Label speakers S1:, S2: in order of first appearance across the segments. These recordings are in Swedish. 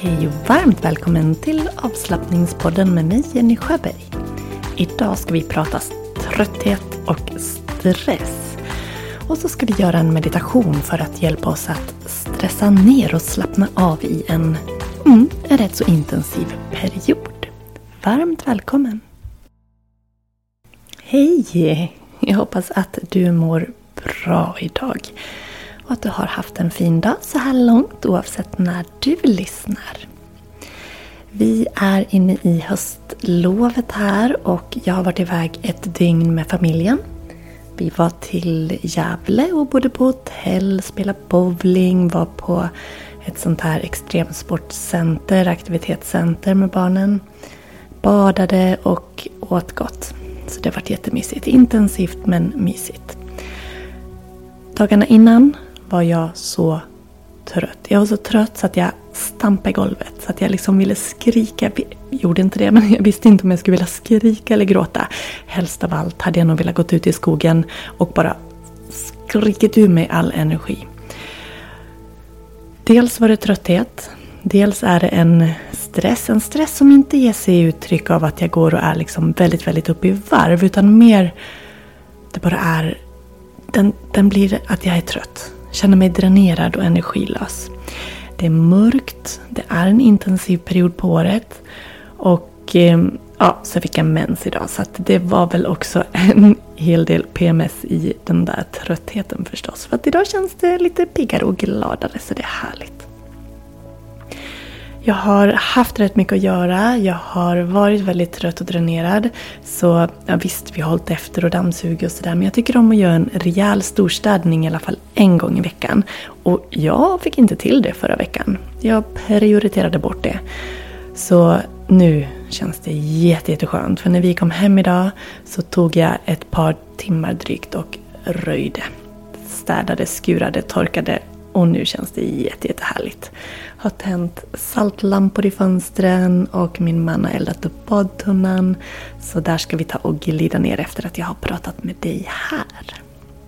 S1: Hej och varmt välkommen till avslappningspodden med mig Jenny Sjöberg. Idag ska vi prata trötthet och stress. Och så ska vi göra en meditation för att hjälpa oss att stressa ner och slappna av i en rätt så intensiv period. Varmt välkommen! Hej! Jag hoppas att du mår bra idag. Och att du har haft en fin dag så här långt oavsett när du lyssnar. Vi är inne i höstlovet här och jag har varit iväg ett dygn med familjen. Vi var till Gävle och bodde på hotell, spelade bowling, var på ett sånt här extremsportcenter, aktivitetscenter med barnen. Badade och åt gott. Så det har varit jättemysigt, intensivt men mysigt. Dagarna innan var jag så trött. Jag var så trött så att jag stampade i golvet. Så att jag liksom ville skrika. Jag gjorde inte det, men jag visste inte om jag skulle vilja skrika eller gråta. Helst av allt hade jag nog velat gå ut i skogen och bara skrikit ur mig all energi. Dels var det trötthet. Dels är det en stress som inte ger sig uttryck av att jag går och är liksom väldigt, väldigt uppe i varv. Utan mer, det bara är, den blir att jag är trött. Känner mig dränerad och energilös. Det är mörkt, det är en intensiv period på året. Och så fick jag mens idag. Så att det var väl också en hel del PMS i den där tröttheten förstås. För att idag känns det lite piggare och gladare, så det är härligt. Jag har haft rätt mycket att göra. Jag har varit väldigt trött och dränerad. Så visst, vi har hållit efter och dammsugit och sådär. Men jag tycker om att göra en rejäl storstädning i alla fall en gång i veckan. Och jag fick inte till det förra veckan. Jag prioriterade bort det. Så nu känns det jätteskönt. För när vi kom hem idag så tog jag ett par timmar drygt och röjde. Städade, skurade, torkade. Och nu känns det jättehärligt. Har tänt saltlampor i fönstren och min man har eldat upp badtunnan. Så där ska vi ta och glida ner efter att jag har pratat med dig här.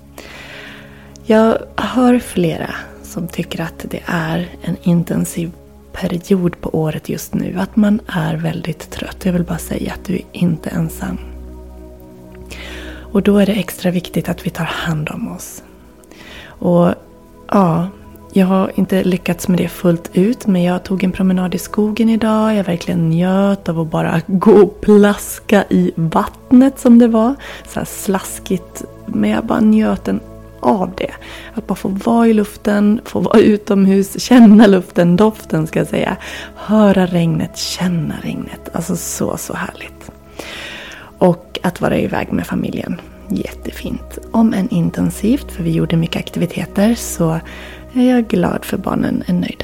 S1: Jag hör flera som tycker att det är en intensiv period på året just nu. Att man är väldigt trött. Jag vill bara säga att du är inte ensam. Och då är det extra viktigt att vi tar hand om oss. Och ja, jag har inte lyckats med det fullt ut, men jag tog en promenad i skogen idag. Jag verkligen njöt av att bara gå och plaska i vattnet som det var. Så här slaskigt, men jag bara njöt av det. Att bara få vara i luften, få vara utomhus, känna luften, doften ska jag säga. Höra regnet, känna regnet. Alltså så härligt. Och att vara iväg med familjen. Jättefint. Om än intensivt, för vi gjorde mycket aktiviteter, så är jag glad för barnen är nöjda.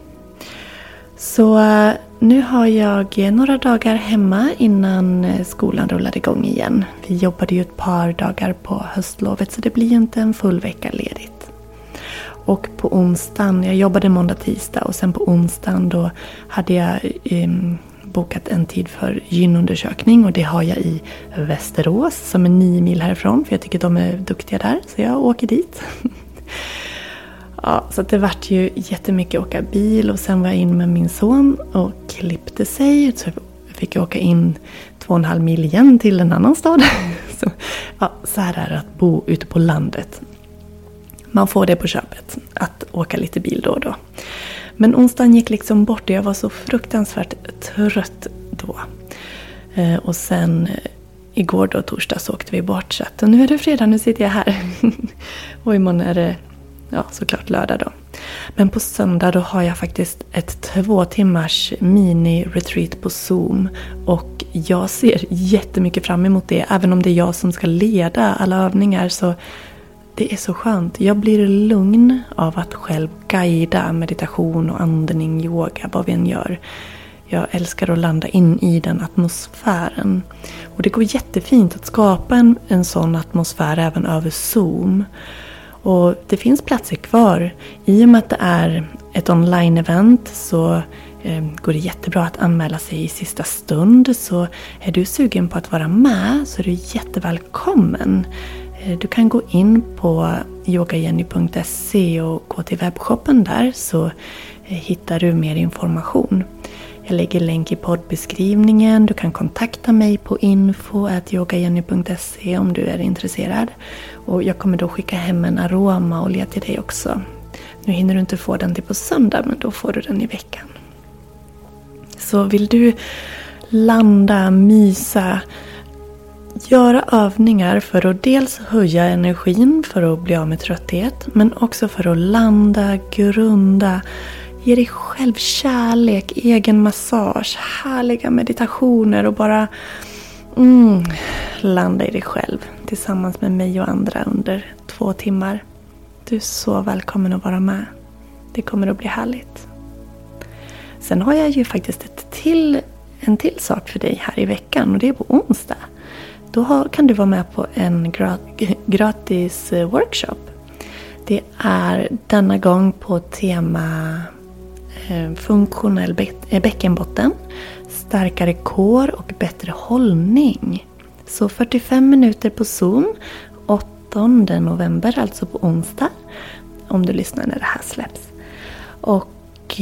S1: Så nu har jag några dagar hemma innan skolan rullar igång igen. Vi jobbade ju ett par dagar på höstlovet, så det blir ju inte en full vecka ledigt. Och på onsdagen, jag jobbade måndag, tisdag, och sen på onsdagen då hade jag bokat en tid för gynundersökning, och det har jag i Västerås som är 9 mil härifrån, för jag tycker de är duktiga där, så jag åker dit. Ja, så det vart ju jättemycket åka bil, och sen var jag in med min son och klippte sig, så jag fick åka in 2,5 mil igen till en annan stad. Så här är det att bo ute på landet. Man får det på köpet, att åka lite bil då och då. Men onsdagen gick liksom bort och jag var så fruktansvärt trött då. Och sen igår då, torsdag, så åkte vi bort. Så att, och nu är det fredag, nu sitter jag här. Och imorgon är det såklart lördag då. Men på söndag då har jag faktiskt ett 2 timmars mini-retreat på Zoom. Och jag ser jättemycket fram emot det. Även om det är jag som ska leda alla övningar, så det är så skönt. Jag blir lugn av att själv guida meditation och andning, yoga, vad vi än gör. Jag älskar att landa in i den atmosfären. Och det går jättefint att skapa en sån atmosfär även över Zoom. Och det finns platser kvar. I och med att det är ett online-event så går det jättebra att anmäla sig i sista stund. Så är du sugen på att vara med så är du jättevälkommen. Du kan gå in på yogajenny.se och gå till webbshoppen där, så hittar du mer information. Jag lägger länk i poddbeskrivningen. Du kan kontakta mig på info@yogajenny.se om du är intresserad. Och jag kommer då skicka hem en aromaolja till dig också. Nu hinner du inte få den till på söndag, men då får du den i veckan. Så vill du landa, mysa, göra övningar för att dels höja energin för att bli av med trötthet, men också för att landa, grunda, ge dig själv kärlek, egen massage, härliga meditationer och bara landa i dig själv tillsammans med mig och andra under 2 timmar. Du är så välkommen att vara med. Det kommer att bli härligt. Sen har jag ju faktiskt en till sak för dig här i veckan, och det är på onsdag. Då kan du vara med på en gratis workshop. Det är denna gång på tema funktionell bäckenbotten, starkare core och bättre hållning. Så 45 minuter på Zoom, 8 november, alltså på onsdag, om du lyssnar när det här släpps. Och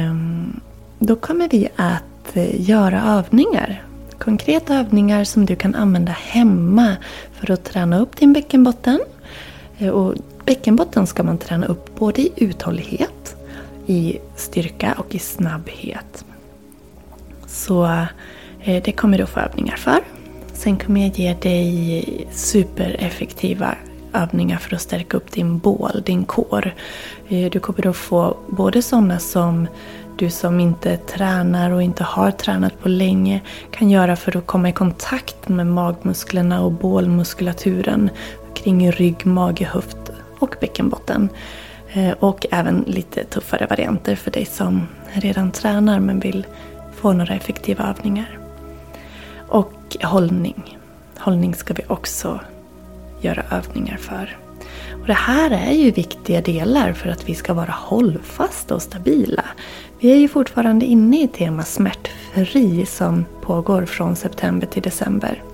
S1: då kommer vi att göra övningar. Konkreta övningar som du kan använda hemma för att träna upp din bäckenbotten. Och bäckenbotten ska man träna upp både i uthållighet, i styrka och i snabbhet. Så det kommer du få övningar för. Sen kommer jag ge dig supereffektiva övningar för att stärka upp din bål, din core. Du kommer då få både sådana som du som inte tränar och inte har tränat på länge kan göra för att komma i kontakt med magmusklerna och bålmuskulaturen kring rygg, mage, höft och bäckenbotten. Och även lite tuffare varianter för dig som redan tränar men vill få några effektiva övningar. Och hållning. Hållning ska vi också göra övningar för. Och det här är ju viktiga delar för att vi ska vara hållfasta och stabila. Vi är ju fortfarande inne i tema smärtfri som pågår från september till december.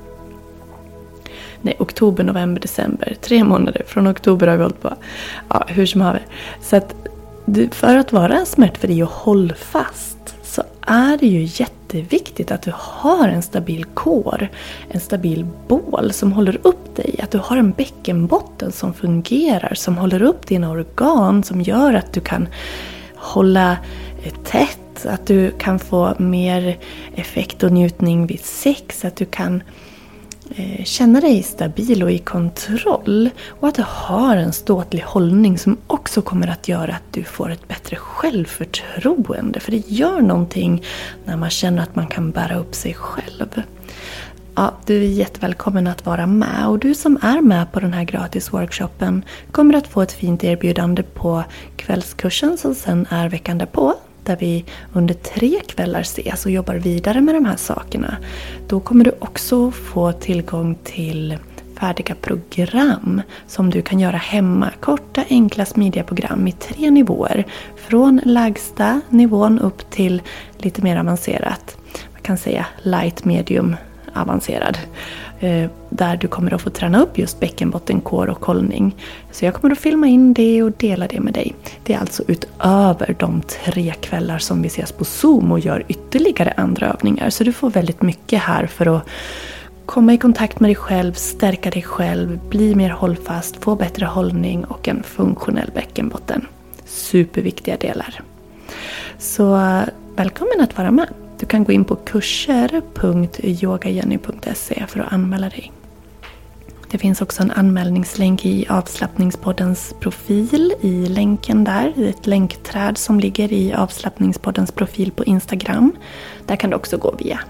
S1: Nej, oktober, november, december. 3 månader. Från oktober har vi hållit på. Ja, hur som haver. Så att för att vara smärtfri och hållfast så är det ju jätteviktigt att du har en stabil core, en stabil bål som håller upp dig. Att du har en bäckenbotten som fungerar, som håller upp dina organ, som gör att du kan hålla tätt, att du kan få mer effekt och njutning vid sex, att du kan känna dig stabil och i kontroll, och att du har en ståtlig hållning som också kommer att göra att du får ett bättre självförtroende, för det gör någonting när man känner att man kan bära upp sig själv. Ja, du är jättevälkommen att vara med, och du som är med på den här gratis workshopen kommer att få ett fint erbjudande på kvällskursen som sen är veckan därpå, där vi under 3 kvällar ses och jobbar vidare med de här sakerna. Då kommer du också få tillgång till färdiga program som du kan göra hemma. Korta, enkla, smidiga program i 3 nivåer. Från lägsta nivån upp till lite mer avancerat. Man kan säga light, medium, avancerad. Där du kommer att få träna upp just bäckenbotten, core och hållning. Så jag kommer att filma in det och dela det med dig. Det är alltså utöver de 3 kvällar som vi ses på Zoom och gör ytterligare andra övningar. Så du får väldigt mycket här för att komma i kontakt med dig själv, stärka dig själv, bli mer hållfast, få bättre hållning och en funktionell bäckenbotten. Superviktiga delar. Så välkommen att vara med. Du kan gå in på kurser.yogajenny.se för att anmäla dig. Det finns också en anmälningslänk i avslappningspoddens profil i länken där. I ett länkträd som ligger i avslappningspoddens profil på Instagram. Där kan du också gå via.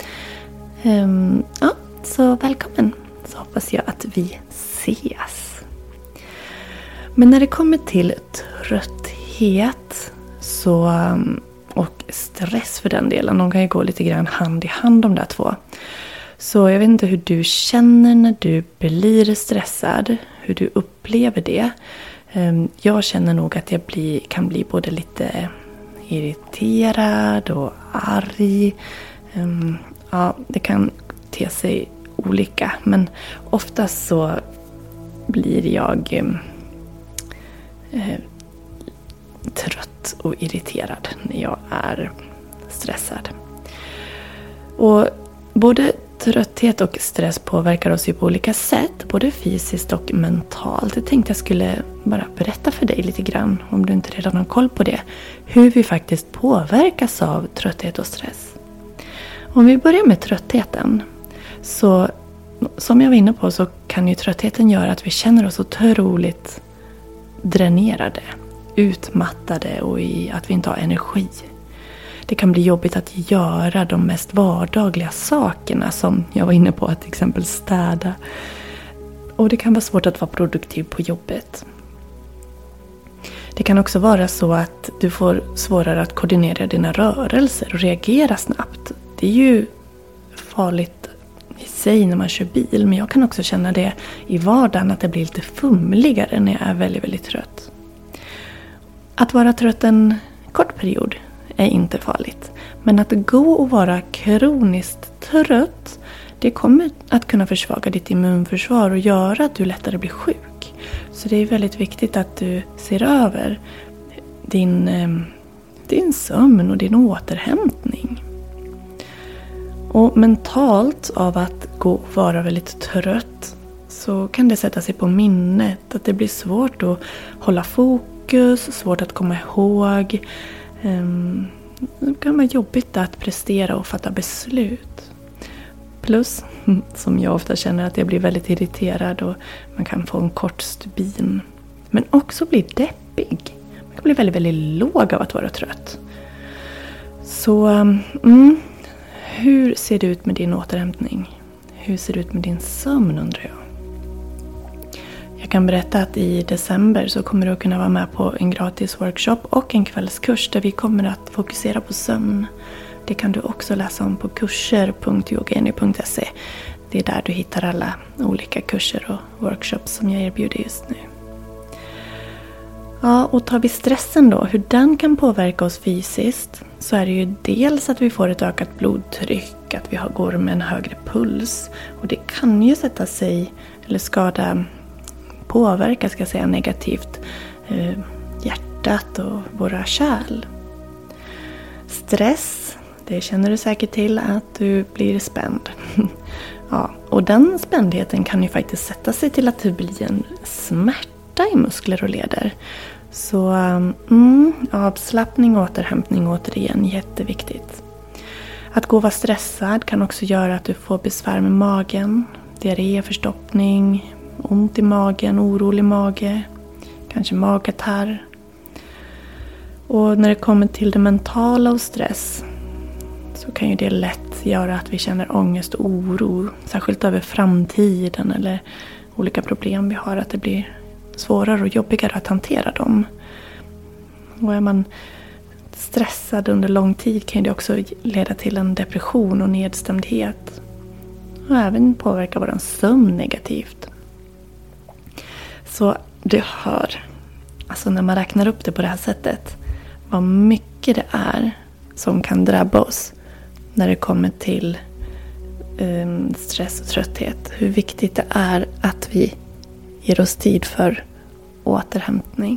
S1: Ja, så välkommen. Så hoppas jag att vi ses. Men när det kommer till trötthet så... och stress för den delen. De kan ju gå lite grann hand i hand de där 2. Så jag vet inte hur du känner när du blir stressad. Hur du upplever det. Jag känner nog att jag kan bli både lite irriterad och arg. Ja, det kan te sig olika. Men oftast så blir jag trött. trött och irriterad när jag är stressad. Och både trötthet och stress påverkar oss ju på olika sätt, både fysiskt och mentalt. Jag tänkte jag skulle bara berätta för dig lite grann, om du inte redan har koll på det, hur vi faktiskt påverkas av trötthet och stress. Om vi börjar med tröttheten, så som jag var inne på så kan ju tröttheten göra att vi känner oss otroligt dränerade, utmattade och att vi inte har energi. Det kan bli jobbigt att göra de mest vardagliga sakerna, som jag var inne på, att till exempel städa. Och det kan vara svårt att vara produktiv på jobbet. Det kan också vara så att du får svårare att koordinera dina rörelser och reagera snabbt. Det är ju farligt i sig när man kör bil, men jag kan också känna det i vardagen, att det blir lite fumligare när jag är väldigt, väldigt trött. Att vara trött en kort period är inte farligt. Men att gå och vara kroniskt trött, det kommer att kunna försvaga ditt immunförsvar och göra att du lättare blir sjuk. Så det är väldigt viktigt att du ser över din sömn och din återhämtning. Och mentalt, av att gå och vara väldigt trött, så kan det sätta sig på minnet. Att det blir svårt att hålla fokus, svårt att komma ihåg. Det kan vara jobbigt att prestera och fatta beslut. Plus, som jag ofta känner, att jag blir väldigt irriterad och man kan få en kort stubin. Men också bli deppig. Man kan bli väldigt, väldigt låg av att vara trött. Så hur ser det ut med din återhämtning? Hur ser det ut med din sömn, undrar jag? Jag kan berätta att i december så kommer du att kunna vara med på en gratis workshop och en kvällskurs där vi kommer att fokusera på sömn. Det kan du också läsa om på kurser.yogajenny.se. Det är där du hittar alla olika kurser och workshops som jag erbjuder just nu. Ja, och tar vi stressen då, hur den kan påverka oss fysiskt, så är det ju dels att vi får ett ökat blodtryck, att vi går med en högre puls. Och det kan ju sätta sig, eller påverka ska jag säga, negativt hjärtat och våra kärl. Stress, det känner du säkert till, att du blir spänd. Ja, och den spändheten kan ju faktiskt sätta sig till att det blir en smärta i muskler och leder. Så avslappning och återhämtning återigen jätteviktigt. Att gå och vara stressad kan också göra att du får besvär med magen, diarré, förstoppning, ont i magen, orolig mage, kanske magkatarr. Och när det kommer till det mentala och stress, så kan ju det lätt göra att vi känner ångest och oro, särskilt över framtiden eller olika problem vi har, att det blir svårare och jobbigare att hantera dem. Och är man stressad under lång tid kan det också leda till en depression och nedstämdhet. Och även påverka vår sömn negativt. Så du hör, alltså när man räknar upp det på det här sättet, vad mycket det är som kan drabba oss när det kommer till stress och trötthet. Hur viktigt det är att vi ger oss tid för återhämtning.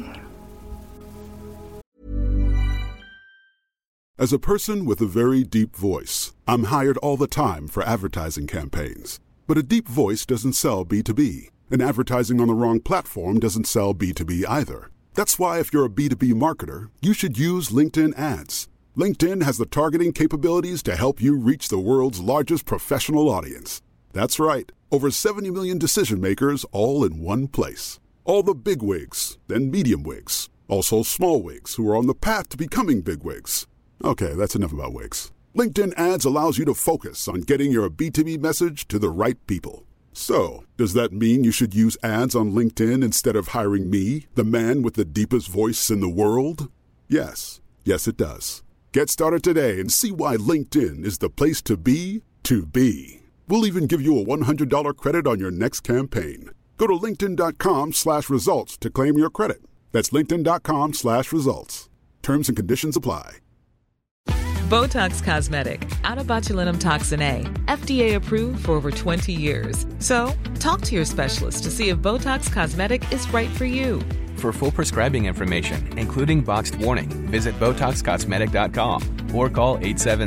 S2: As a person with a very deep voice, I'm hired all the time for advertising campaigns. But a deep voice doesn't sell B2B, and advertising on the wrong platform doesn't sell B2B either. That's why if you're a B2B marketer, you should use LinkedIn ads. LinkedIn has the targeting capabilities to help you reach the world's largest professional audience. That's right, over 70 million decision makers all in one place. All the big wigs, then medium wigs, also small wigs who are on the path to becoming big wigs. Okay, that's enough about wigs. LinkedIn ads allows you to focus on getting your B2B message to the right people. So, does that mean you should use ads on LinkedIn instead of hiring me, the man with the deepest voice in the world? Yes. Yes, it does. Get started today and see why LinkedIn is the place to be to be. We'll even give you a $100 credit on your next campaign. Go to linkedin.com/results to claim your credit. That's linkedin.com/results. Terms and conditions apply.
S3: Botox Cosmetic, out of botulinum toxin A, FDA approved for over 20 years. So, talk to your specialist to see if Botox Cosmetic is right for you.
S4: For full prescribing information, including boxed warning, visit BotoxCosmetic.com or call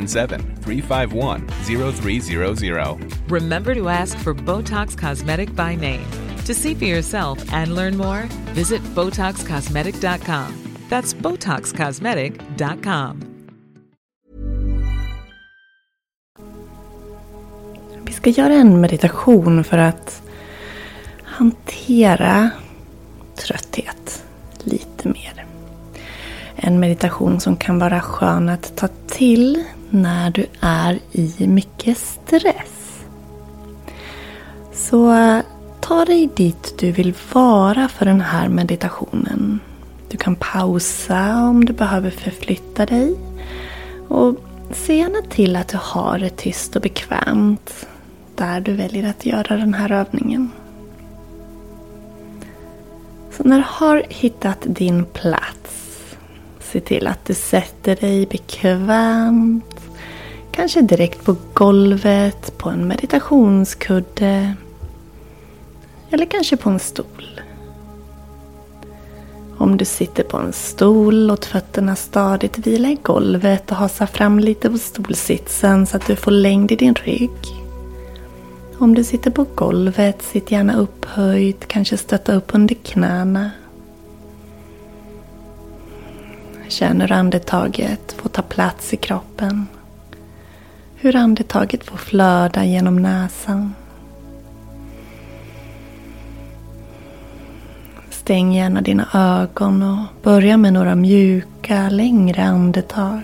S4: 877-351-0300.
S3: Remember to ask for Botox Cosmetic by name. To see for yourself and learn more, visit BotoxCosmetic.com. That's BotoxCosmetic.com.
S1: Vi ska göra en meditation för att hantera trötthet lite mer. En meditation som kan vara skön att ta till när du är i mycket stress. Så ta dig dit du vill vara för den här meditationen. Du kan pausa om du behöver förflytta dig. Och se gärna till att du har det tyst och bekvämt där du väljer att göra den här övningen. Så när du har hittat din plats, se till att du sätter dig bekvämt. Kanske direkt på golvet, på en meditationskudde. Eller kanske på en stol. Om du sitter på en stol, låt fötterna stadigt vila i golvet och hasa fram lite på stolsitsen så att du får längd i din rygg. Om du sitter på golvet, sitt gärna upphöjt, kanske stötta upp under knäna. Känn hur andetaget får ta plats i kroppen. Hur andetaget får flöda genom näsan. Stäng gärna dina ögon och börja med några mjuka, längre andetag.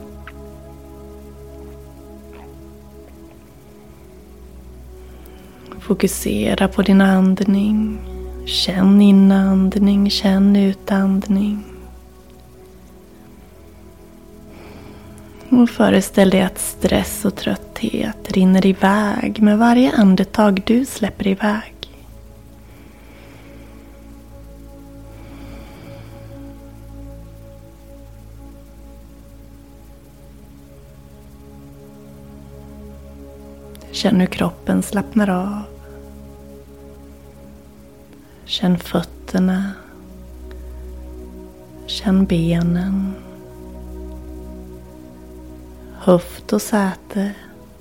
S1: Fokusera på din andning. Känn inandning, känn utandning. Och föreställ dig att stress och trötthet rinner iväg med varje andetag du släpper iväg. Känn hur kroppen slappnar av. Känn fötterna. Känn benen. Höft och säte.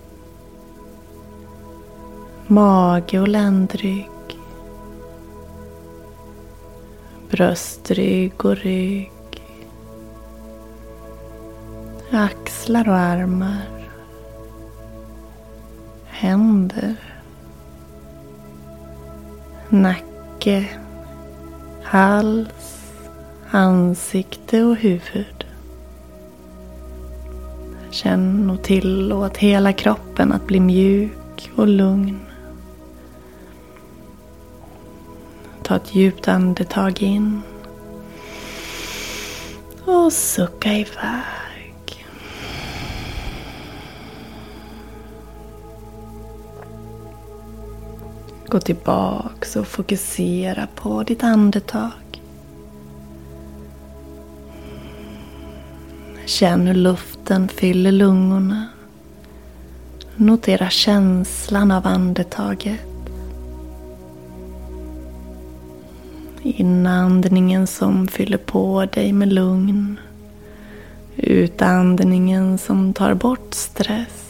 S1: Mage och ländrygg. Bröstrygg och rygg. Axlar och armar. Händer. Nacke. Hals. Ansikte och huvud. Känn och tillåt hela kroppen att bli mjuk och lugn. Ta ett djupt andetag in. Och sucka iväg. Gå tillbaks och fokusera på ditt andetag. Känn hur luften fyller lungorna. Notera känslan av andetaget. Inandningen som fyller på dig med lugn. Utandningen som tar bort stress.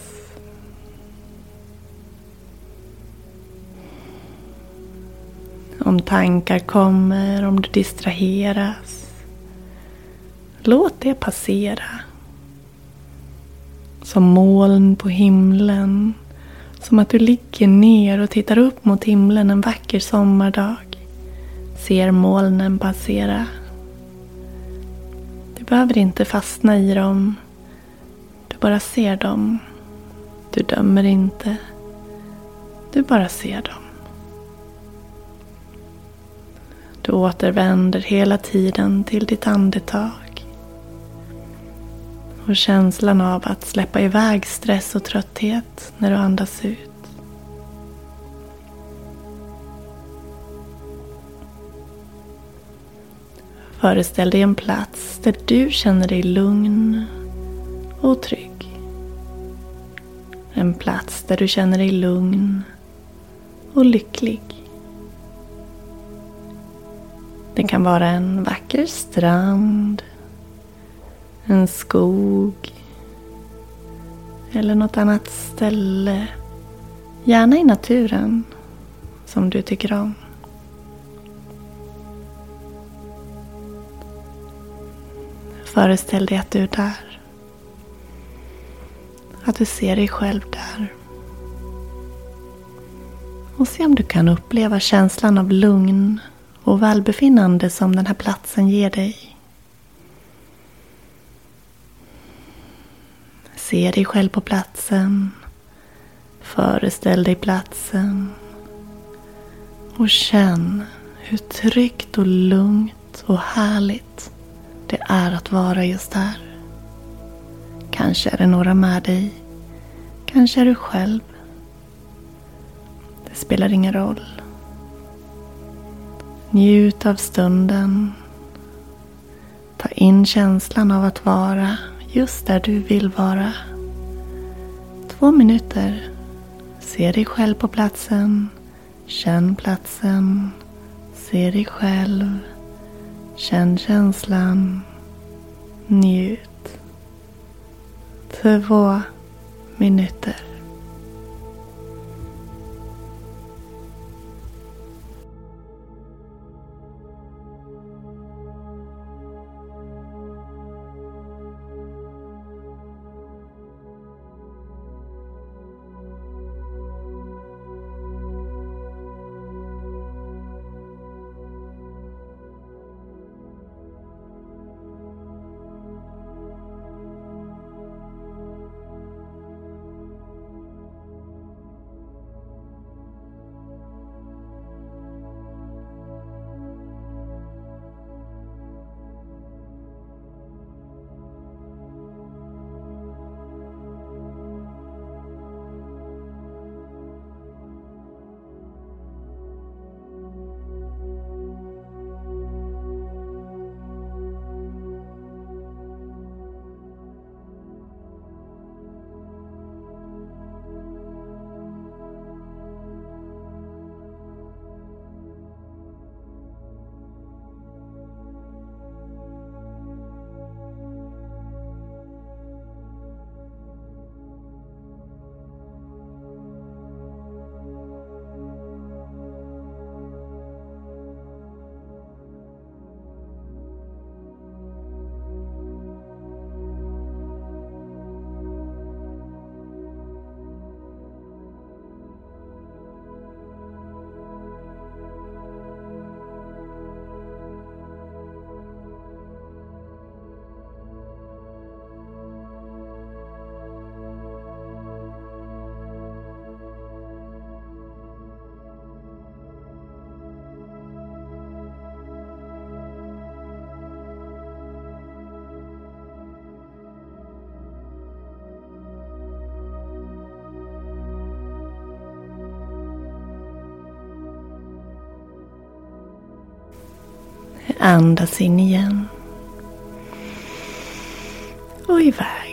S1: Om tankar kommer, om du distraheras, låt det passera. Som moln på himlen, som att du ligger ner och tittar upp mot himlen en vacker sommardag. Ser molnen passera. Du behöver inte fastna i dem. Du bara ser dem. Du dömer inte. Du bara ser dem. Du återvänder hela tiden till ditt andetag. Och känslan av att släppa iväg stress och trötthet när du andas ut. Föreställ dig en plats där du känner dig lugn och trygg. En plats där du känner dig lugn och lycklig. Det kan vara en vacker strand, en skog eller något annat ställe, gärna i naturen som du tycker om. Föreställ dig att du är där, att du ser dig själv där. Och se om du kan uppleva känslan av lugn och välbefinnande som den här platsen ger dig. Se dig själv på platsen. Föreställ dig platsen. Och känn hur tryggt och lugnt och härligt det är att vara just här. Kanske är det några med dig. Kanske är du själv. Det spelar ingen roll. Njut av stunden. Ta in känslan av att vara just där du vill vara. 2 minuter. Se dig själv på platsen. Känn platsen. Se dig själv. Känn känslan. Njut. 2 minuter. Andas in igen. Och iväg.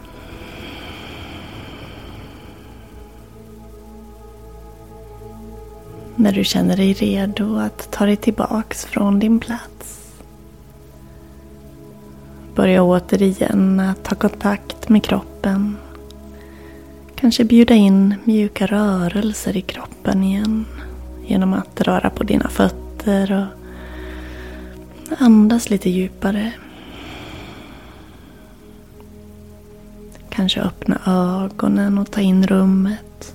S1: När du känner dig redo att ta dig tillbaks från din plats. Börja återigen att ta kontakt med kroppen. Kanske bjuda in mjuka rörelser i kroppen igen. Genom att röra på dina fötter och andas lite djupare. Kanske öppna ögonen och ta in rummet.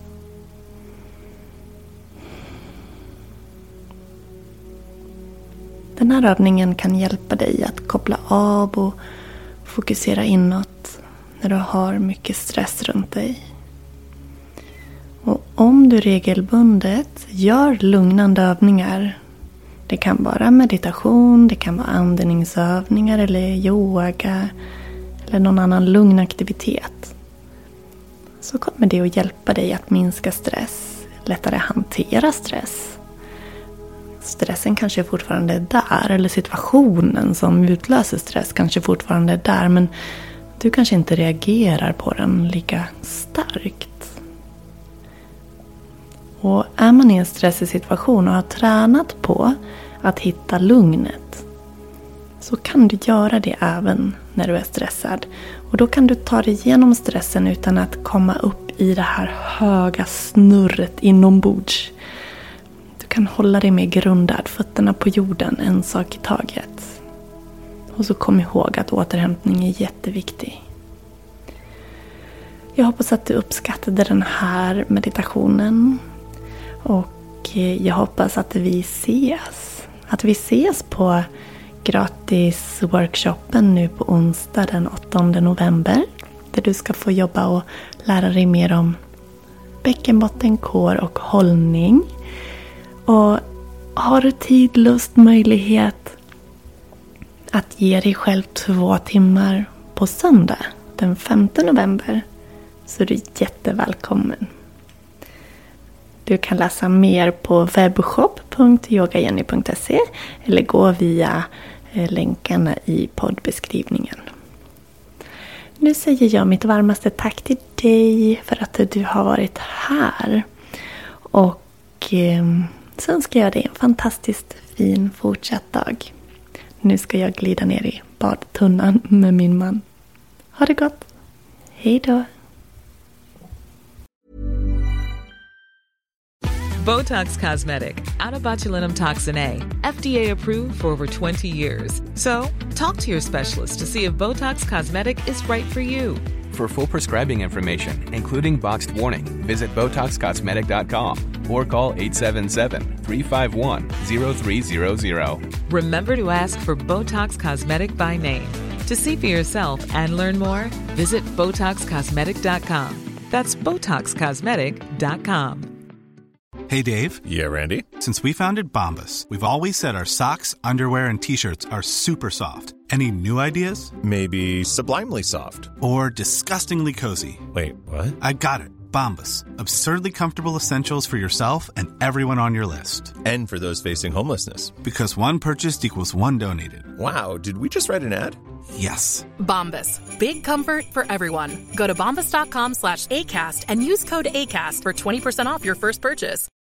S1: Den här övningen kan hjälpa dig att koppla av och fokusera inåt när du har mycket stress runt dig. Och om du regelbundet gör lugnande övningar, det kan vara meditation, det kan vara andningsövningar eller yoga eller någon annan lugn aktivitet, så kommer det att hjälpa dig att minska stress, lättare hantera stress. Stressen kanske fortfarande är där, eller situationen som utlöser stress kanske fortfarande är där, men du kanske inte reagerar på den lika starkt. Och är man i en stressig situation och har tränat på att hitta lugnet, så kan du göra det även när du är stressad. Och då kan du ta dig igenom stressen utan att komma upp i det här höga snurret inombords. Du kan hålla dig mer grundad, fötterna på jorden, en sak i taget. Och så kom ihåg att återhämtning är jätteviktig. Jag hoppas att du uppskattade den här meditationen. Och jag hoppas att vi ses. Att vi ses på gratis workshopen nu på onsdag den 8 november. Där du ska få jobba och lära dig mer om bäckenbotten, core och hållning. Och har du tid, lust, möjlighet att ge dig själv 2 timmar på söndag den 5 november, så är du jättevälkommen. Du kan läsa mer på webbshop.yogajenny.se eller gå via länkarna i poddbeskrivningen. Nu säger jag mitt varmaste tack till dig för att du har varit här. Och så önskar jag dig en fantastiskt fin fortsatt dag. Nu ska jag glida ner i badtunnan med min man. Ha det gott. Hej då.
S3: Botox Cosmetic, out of botulinum toxin A, FDA approved for over 20 years. So, talk to your specialist to see if Botox Cosmetic is right for you.
S4: For full prescribing information, including boxed warning, visit BotoxCosmetic.com or call 877-351-0300.
S3: Remember to ask for Botox Cosmetic by name. To see for yourself and learn more, visit BotoxCosmetic.com. That's BotoxCosmetic.com.
S5: Hey, Dave.
S6: Yeah, Randy.
S5: Since we founded Bombas, we've always said our socks, underwear, and T-shirts are super soft. Any new ideas?
S6: Maybe sublimely soft.
S5: Or disgustingly cozy.
S6: Wait, what?
S5: I got it. Bombas. Absurdly comfortable essentials for yourself and everyone on your list.
S6: And for those facing homelessness.
S5: Because one purchased equals one donated.
S6: Wow, did we just write an ad?
S5: Yes.
S7: Bombas. Big comfort for everyone. Go to bombas.com/ACAST and use code ACAST for 20% off your first purchase.